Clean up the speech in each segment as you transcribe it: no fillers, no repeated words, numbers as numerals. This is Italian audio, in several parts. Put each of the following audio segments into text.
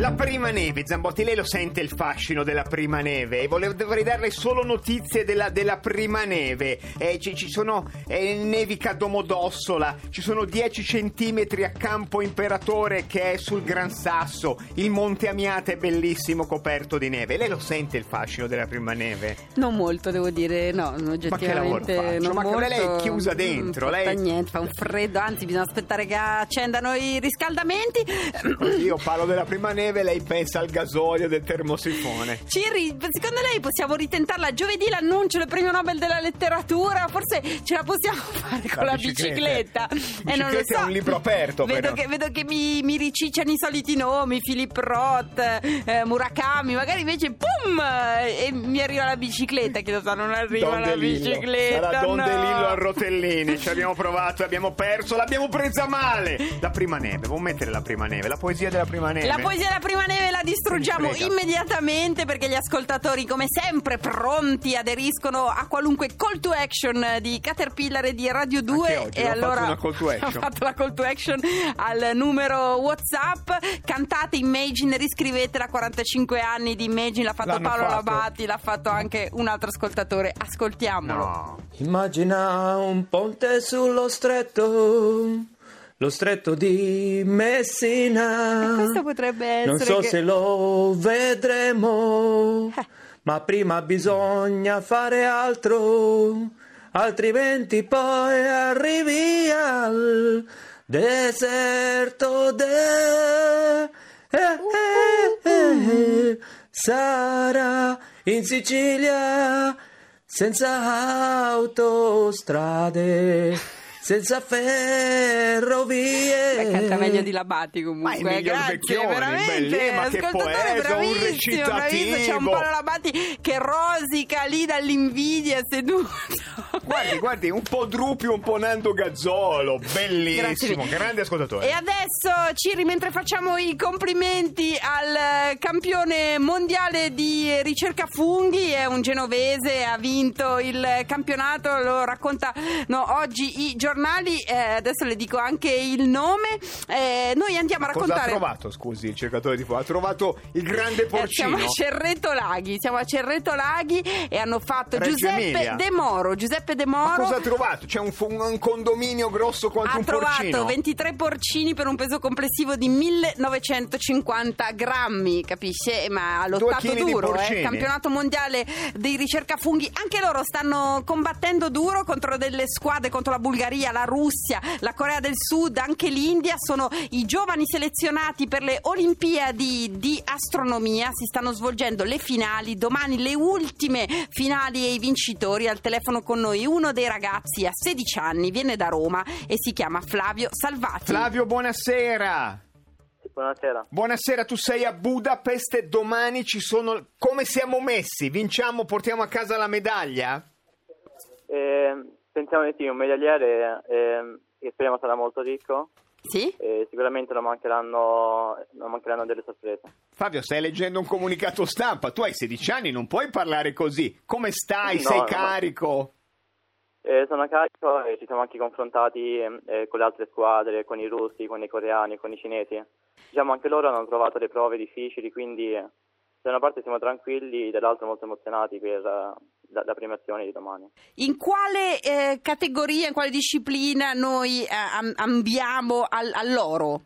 La prima neve, Zambotti, lei lo sente il fascino della prima neve? E vorrei darle solo notizie della prima neve. Ci sono nevica a Domodossola, ci sono 10 centimetri a Campo Imperatore, che è sul Gran Sasso, il Monte Amiata è bellissimo, coperto di neve. Lei lo sente il fascino della prima neve? Non molto, devo dire, no, oggettivamente. Ma che lavoro faccio? Non Ma molto, lei è chiusa dentro, non lei... niente, fa un freddo, anzi bisogna aspettare che accendano i riscaldamenti. Io parlo della prima neve, lei pensa al gasolio del termosifone. Ciri, secondo lei possiamo ritentarla giovedì l'annuncio del premio Nobel della letteratura? Forse ce la possiamo fare con la bicicletta. Non lo so. È un libro aperto. Vedo che mi ricicciano i soliti nomi, Philip Roth, Murakami, magari invece pum e mi arriva la bicicletta, che lo sa, non arriva Don la DeLillo. bicicletta. Sarà Don DeLillo a rotellini. Ci abbiamo provato, abbiamo perso, l'abbiamo presa male. La prima neve, devo mettere la prima neve, la poesia della prima neve. La poesia della prima neve la distruggiamo immediatamente, perché gli ascoltatori, come sempre, pronti, aderiscono a qualunque call to action di Caterpillar e di Radio 2. E allora ho fatto la call to action al numero WhatsApp. Cantate Imagine, riscrivetela. 45 anni di Imagine, l'ha fatto Paolo Labati, l'ha fatto anche un altro ascoltatore. Ascoltiamolo. No. Immagina un ponte sullo stretto, lo stretto di Messina. Questo potrebbe essere. Non so se lo vedremo, ma prima bisogna fare altro, altrimenti poi arrivi al deserto Sahara in Sicilia, senza autostrade, senza ferrovie. Beh, canta meglio di Labati comunque. Ma grazie, veramente. Ma che poeta, un recitativo. C'è un Paolo Labati che rosica lì dall'invidia seduto. Guardi, un po' Drupio, un po' Nando Gazzolo, bellissimo, grande ascoltatore. E adesso, Ciri, mentre facciamo i complimenti al campione mondiale di ricerca funghi, è un genovese, ha vinto il campionato, lo raccontano oggi i giornali, adesso le dico anche il nome. Noi andiamo a raccontare. Cosa ha trovato, scusi, il cercatore di fuoco? Ha trovato il grande porcino. Siamo a Cerreto Laghi e hanno fatto Reggio Emilia. Giuseppe De Moro. Ma cosa ha trovato? C'è un condominio grosso quanto un porcino? Ha trovato 23 porcini per un peso complessivo di 1950 grammi, capisce? Ma ha lottato duro, campionato mondiale di ricerca funghi. Anche loro stanno combattendo duro contro delle squadre, contro la Bulgaria, la Russia, la Corea del Sud, anche l'India. Sono i giovani selezionati per le Olimpiadi di astronomia. Si stanno svolgendo le finali, domani le ultime finali, e i vincitori. Al telefono con noi uno dei ragazzi, a 16 anni, viene da Roma e si chiama Flavio Salvati. Flavio, buonasera. Buonasera. Buonasera, tu sei a Budapest e domani ci sono... Come siamo messi? Vinciamo, portiamo a casa la medaglia? Pensiamo di sì, un medagliere che speriamo sarà molto ricco. Sì? Sicuramente non mancheranno delle sorprese. Fabio, stai leggendo un comunicato stampa, tu hai 16 anni, non puoi parlare così. Come stai? Sei carico? Sono carico e ci siamo anche confrontati con le altre squadre, con i russi, con i coreani, con i cinesi. Diciamo anche loro hanno trovato le prove difficili, quindi da una parte siamo tranquilli, dall'altra molto emozionati per la premiazione di domani. In quale categoria, in quale disciplina noi ambiamo all'oro?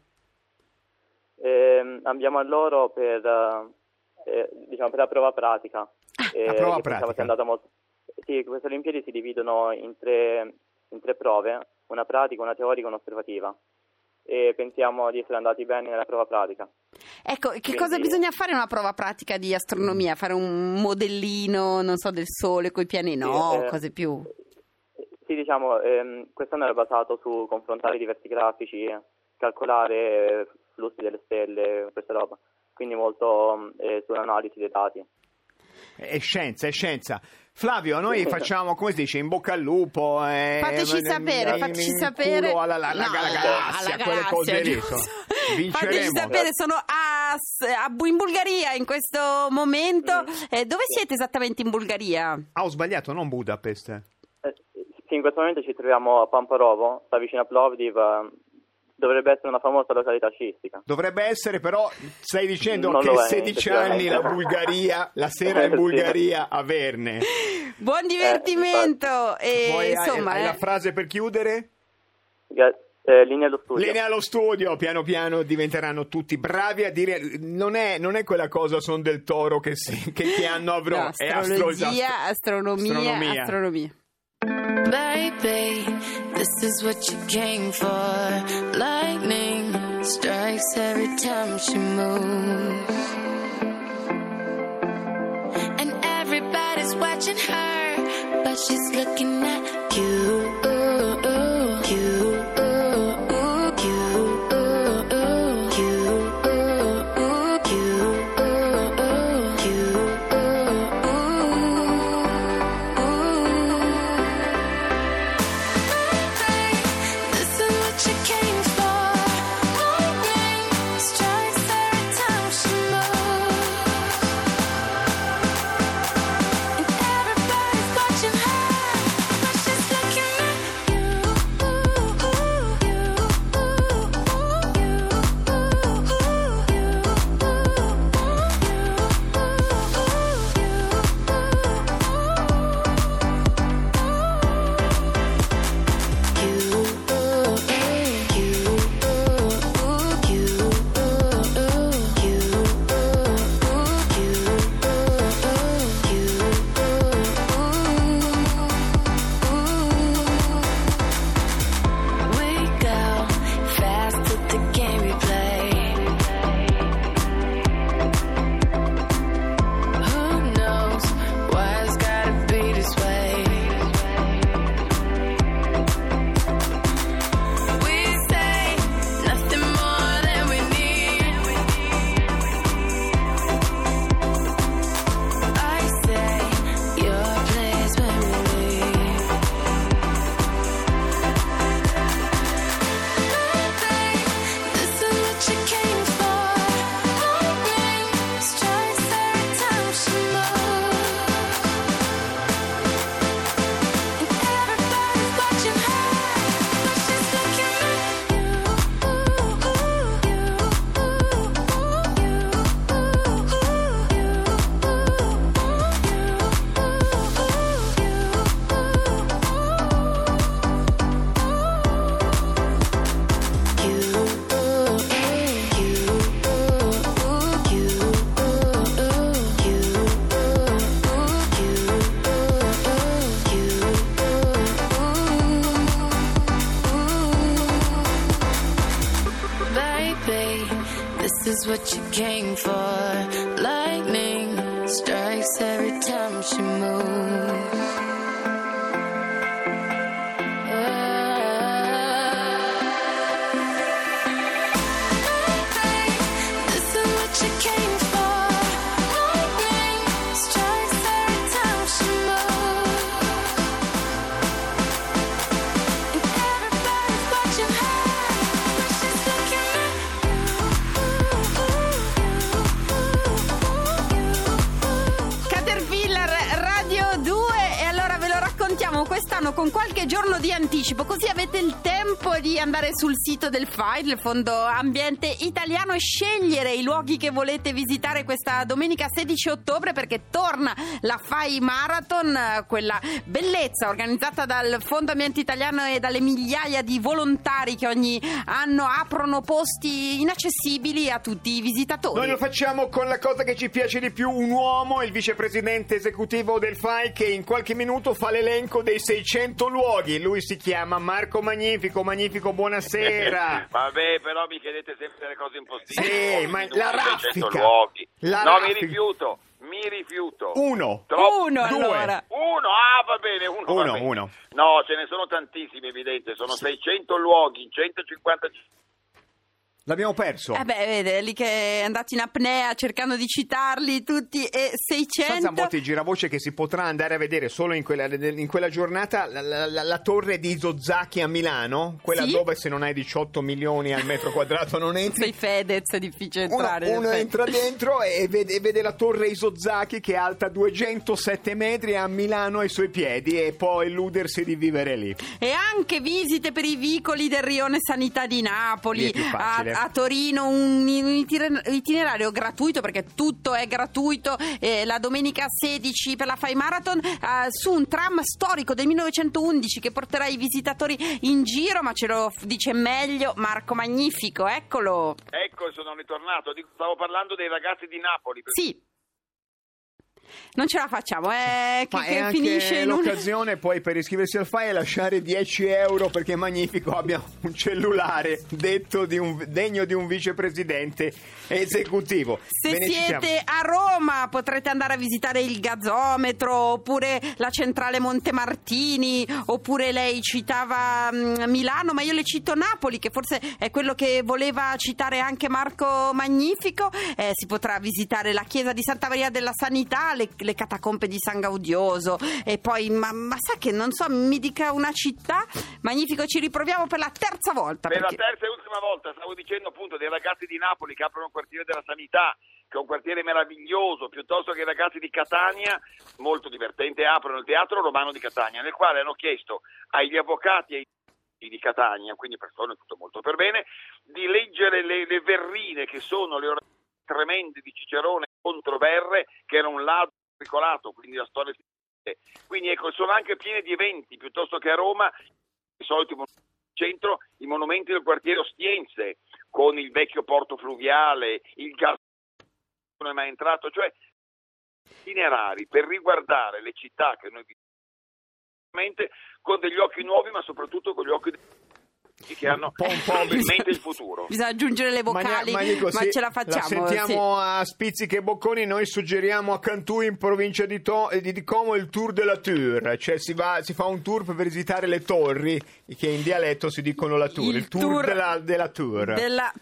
Ambiamo all'oro per la prova pratica. La prova pratica. È andata molto... Sì, queste Olimpiadi si dividono in tre prove, una pratica, una teorica e un'osservativa. E pensiamo di essere andati bene nella prova pratica. Ecco, cosa bisogna fare in una prova pratica di astronomia? Fare un modellino, non so, del Sole coi pianeti? No, cose più... Sì, diciamo, quest'anno era basato su confrontare diversi grafici, calcolare flussi delle stelle, questa roba. Quindi molto sull'analisi dei dati. È scienza. Flavio, noi facciamo, come si dice, in bocca al lupo. Fateci sapere. Alla galassia, quelle cose lì. Vinceremo. Fateci sapere, sono in Bulgaria in questo momento. Dove siete esattamente in Bulgaria? Ho sbagliato, non Budapest. Sì, in questo momento ci troviamo a Pamparovo, sta vicino a Plovdiv, Dovrebbe essere una famosa località sciistica. Dovrebbe essere, però stai dicendo che 16 anni la Bulgaria, la sera in Bulgaria a Verne. Buon divertimento. Insomma, hai la frase per chiudere? Linea allo studio. Linea allo studio, piano piano diventeranno tutti bravi a dire. Non è quella cosa son del Toro che anno avrò. No, astrologia, astronomia. Baby, this is what you came for. Lightning strikes every time she moves, and everybody's watching her, but she's looking at you. This is what you came for. Lightning strikes every time she moves. Quest'anno con qualche giorno di anticipo, così avete il tempo di andare sul sito del FAI, del Fondo Ambiente Italiano, e scegliere i luoghi che volete visitare questa domenica 16 ottobre, perché torna la FAI Marathon, quella bellezza organizzata dal Fondo Ambiente Italiano e dalle migliaia di volontari che ogni anno aprono posti inaccessibili a tutti i visitatori. Noi lo facciamo con la cosa che ci piace di più, un uomo, il vicepresidente esecutivo del FAI, che in qualche minuto fa l'elenco dei 600 luoghi. Lui si chiama Marco Magnifico. Magnifico, buonasera. Vabbè, però mi chiedete sempre delle cose impossibili. Sì, ma la raffica. Luoghi. Raffica. Mi rifiuto. Uno, due. allora. Va bene, uno. No, ce ne sono tantissimi, evidente, sono 600 luoghi in 150. L'abbiamo perso. Vede, lì che è andato in apnea cercando di citarli tutti e 600. Sa Zambotti, giravoce che si potrà andare a vedere solo in quella giornata la torre di Isozaki a Milano, quella dove se non hai 18 milioni al metro quadrato non entri. Sei Fedez, è difficile entrare. Uno entra dentro e vede la torre Isozaki che è alta 207 metri a Milano ai suoi piedi e può illudersi di vivere lì. E anche visite per i vicoli del Rione Sanità di Napoli. Lì è più facile. A Torino un itinerario gratuito, perché tutto è gratuito, la domenica 16 per la FAI Marathon, su un tram storico del 1911 che porterà i visitatori in giro, ma ce lo dice meglio Marco Magnifico, eccolo. Ecco, sono ritornato, stavo parlando dei ragazzi di Napoli. Sì. Non ce la facciamo, che finisce in l'occasione poi per iscriversi al FAI e lasciare 10 euro perché Magnifico abbia un cellulare degno di un vicepresidente esecutivo. Se siete a Roma potrete andare a visitare il gazometro, oppure la centrale Montemartini, oppure lei citava Milano, ma io le cito Napoli, che forse è quello che voleva citare anche Marco Magnifico. Si potrà visitare la chiesa di Santa Maria della Sanità, le catacombe di San Gaudioso, e poi ma sa che non so, mi dica una città. Magnifico, ci riproviamo per la terza volta. La terza e ultima volta, stavo dicendo appunto dei ragazzi di Napoli che aprono il quartiere della Sanità, che è un quartiere meraviglioso, piuttosto che i ragazzi di Catania, molto divertente, aprono il Teatro Romano di Catania, nel quale hanno chiesto agli avvocati e ai di Catania, quindi persone tutto molto per bene, di leggere le verrine che sono le orazioni tremende di Cicerone contro Verre, che era un ladro pericolato, quindi la storia quindi ecco, sono anche piene di eventi, piuttosto che a Roma di solito centro i monumenti del quartiere Ostiense, con il vecchio porto fluviale, il gas non è mai entrato, cioè itinerari per riguardare le città che noi visitiamo con degli occhi nuovi, ma soprattutto con gli occhi che hanno probabilmente il futuro. Bisogna aggiungere le vocali, ma ce la facciamo. La sentiamo a spizzichi e bocconi. Noi suggeriamo a Cantù, in provincia di Como, il tour de la tour, cioè si fa un tour per visitare le torri che in dialetto si dicono la tour, il tour della tour.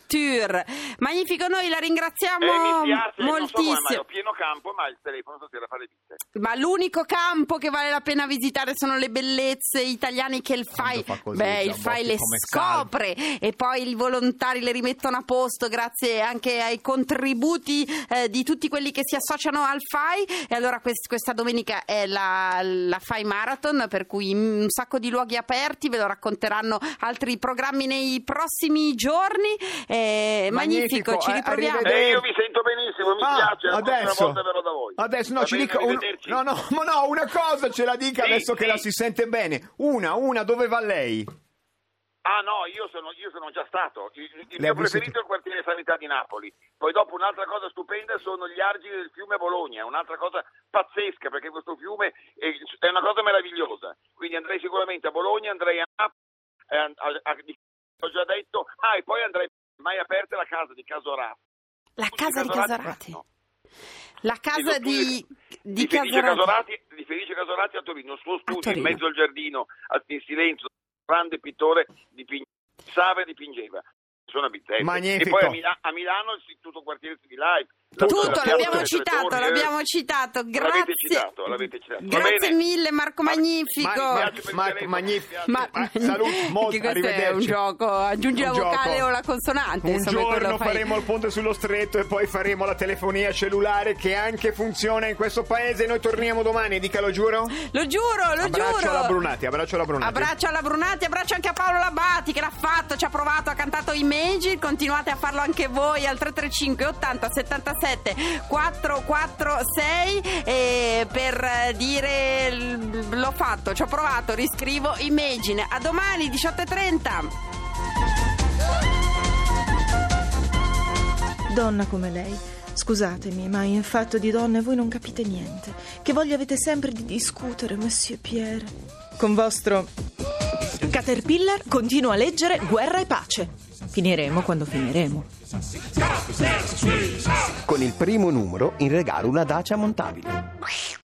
Magnifico, noi la ringraziamo mi piace, moltissimo. Non so come, ho pieno campo, ma il telefono stasera fa le vite. Ma l'unico campo che vale la pena visitare sono le bellezze italiane che il FAI le scopre, e poi i volontari le rimettono a posto grazie anche ai contributi di tutti quelli che si associano al FAI. E allora questa domenica è la FAI Marathon, per cui un sacco di luoghi aperti, ve lo racconteranno altri programmi nei prossimi giorni. Magnifico, ci riproviamo. Io vi sento benissimo, mi piace, adesso, una volta verrò da voi. Adesso no, ci dica una cosa ce la dica, sì, adesso che la si sente bene. Una, dove va lei? Ah no, io sono già stato. Il mio preferito è il quartiere Sanità di Napoli. Poi dopo un'altra cosa stupenda sono gli argini del fiume Bologna, un'altra cosa pazzesca, perché questo fiume è una cosa meravigliosa. Quindi andrei sicuramente a Bologna, andrei a Napoli, ho già detto. E poi andrei mai aperta la casa di Casorati. La casa di Casorati? No. La casa di Felice Casorati a Torino, il suo studio in mezzo al giardino, in silenzio, grande pittore Save dipingeva. Sono bizzeffe. Magnifico. E poi a Milano l'Istituto Quartiere Civile. Tutto l'abbiamo citato. Grazie. L'avete citato. Grazie mille Marco Magnifico. Magnifico. Salute, questo è un gioco. Aggiungi la vocale o la consonante. Un giorno faremo il ponte sullo stretto e poi faremo la telefonia cellulare, che anche funziona in questo paese. Noi torniamo domani, dica, lo giuro? Lo giuro. Abbraccio alla Brunati. Abbraccio anche a Paolo Labati, che l'ha fatto, ci ha provato, ha cantato Imagine. Continuate a farlo anche voi al 335 80 77 446 per dire l'ho fatto, ci ho provato, riscrivo Imagine. A domani 18:30. Donna come lei, scusatemi, ma in fatto di donne voi non capite niente. Che voglia avete sempre di discutere, Monsieur Pierre. Con vostro Caterpillar continuo a leggere Guerra e Pace. Finiremo quando finiremo. Con il primo numero in regalo una Dacia montabile.